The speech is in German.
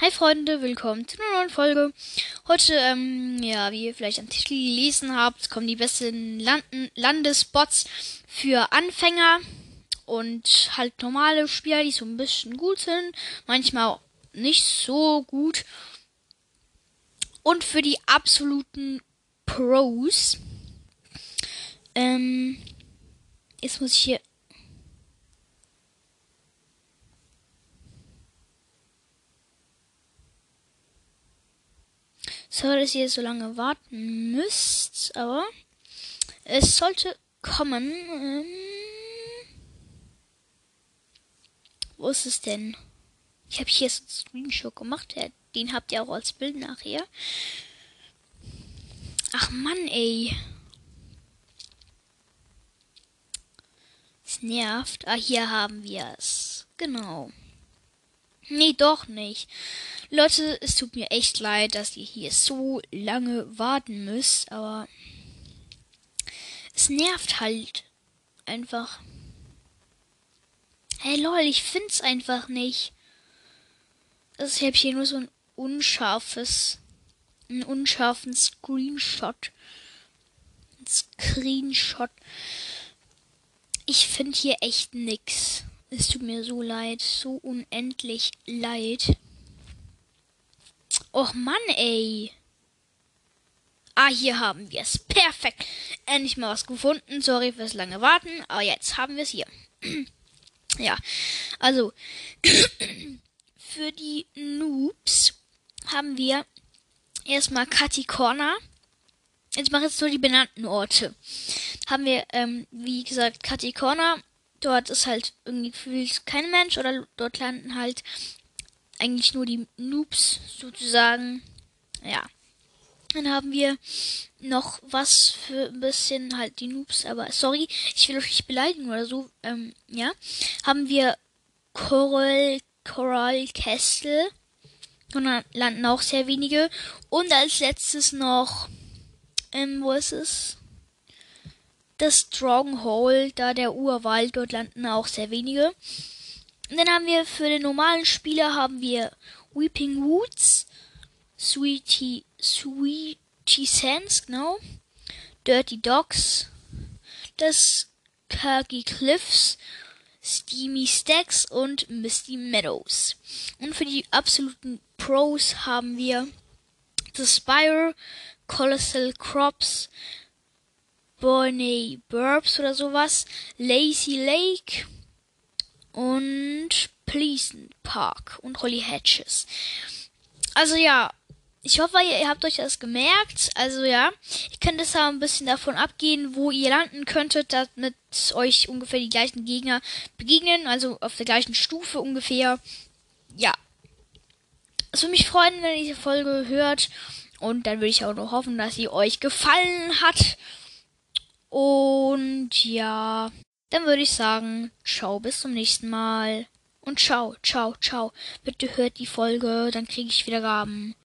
Hi Freunde, willkommen zu einer neuen Folge. Heute, wie ihr vielleicht am Titel gelesen habt, kommen die besten Landesbots für Anfänger und halt normale Spieler, die so ein bisschen gut sind, manchmal auch nicht so gut. Und für die absoluten Pros. Jetzt muss ich hier... Sorry, dass ihr so lange warten müsst, aber es sollte kommen. Wo ist es denn? Ich habe hier so einen Screenshot gemacht. Den habt ihr auch als Bild nachher. Ach Mann, ey. Es nervt. Ah, hier haben wir es. Genau. Nee, doch nicht. Leute, es tut mir echt leid, dass ihr hier so lange warten müsst, aber es nervt halt einfach. Hey lol, ich find's einfach nicht. Ich habe hier nur so einen unscharfen Screenshot. Ich finde hier echt nix. Es tut mir so leid, so unendlich leid. Och Mann, ey. Ah, hier haben wir es. Perfekt. Endlich mal was gefunden. Sorry fürs lange Warten, aber jetzt haben wir es hier. Ja, also für die Noobs haben wir erstmal Catty Corner. Ich mache jetzt nur die benannten Orte. Haben wir, wie gesagt, Catty Corner. Dort ist halt irgendwie gefühlt kein Mensch oder dort landen halt eigentlich nur die Noobs sozusagen. Ja. Dann haben wir noch was für ein bisschen halt die Noobs, aber sorry, ich will euch nicht beleidigen oder so. Haben wir Coral Castle. Und dann landen auch sehr wenige. Und als letztes noch, wo ist es? Das Stronghold, da der Urwald, dort landen auch sehr wenige. Und dann haben wir für den normalen Spieler haben wir Weeping Woods, Sweetie Sands, genau, Dirty Docks, das Kirky Cliffs, Steamy Stacks und Misty Meadows. Und für die absoluten Pros haben wir The Spire, Colossal Crops, Borney Burbs oder sowas, Lazy Lake und Pleasant Park und Holly Hatches. Also ja, ich hoffe, ihr habt euch das gemerkt. Also ja, ihr könnt es ja ein bisschen davon abgehen, wo ihr landen könntet, damit euch ungefähr die gleichen Gegner begegnen, also auf der gleichen Stufe ungefähr. Ja, es würde mich freuen, wenn ihr diese Folge hört. Und dann würde ich auch noch hoffen, dass sie euch gefallen hat. Und ja, dann würde ich sagen, ciao, bis zum nächsten Mal. Und ciao. Bitte hört die Folge, dann kriege ich Wiedergaben.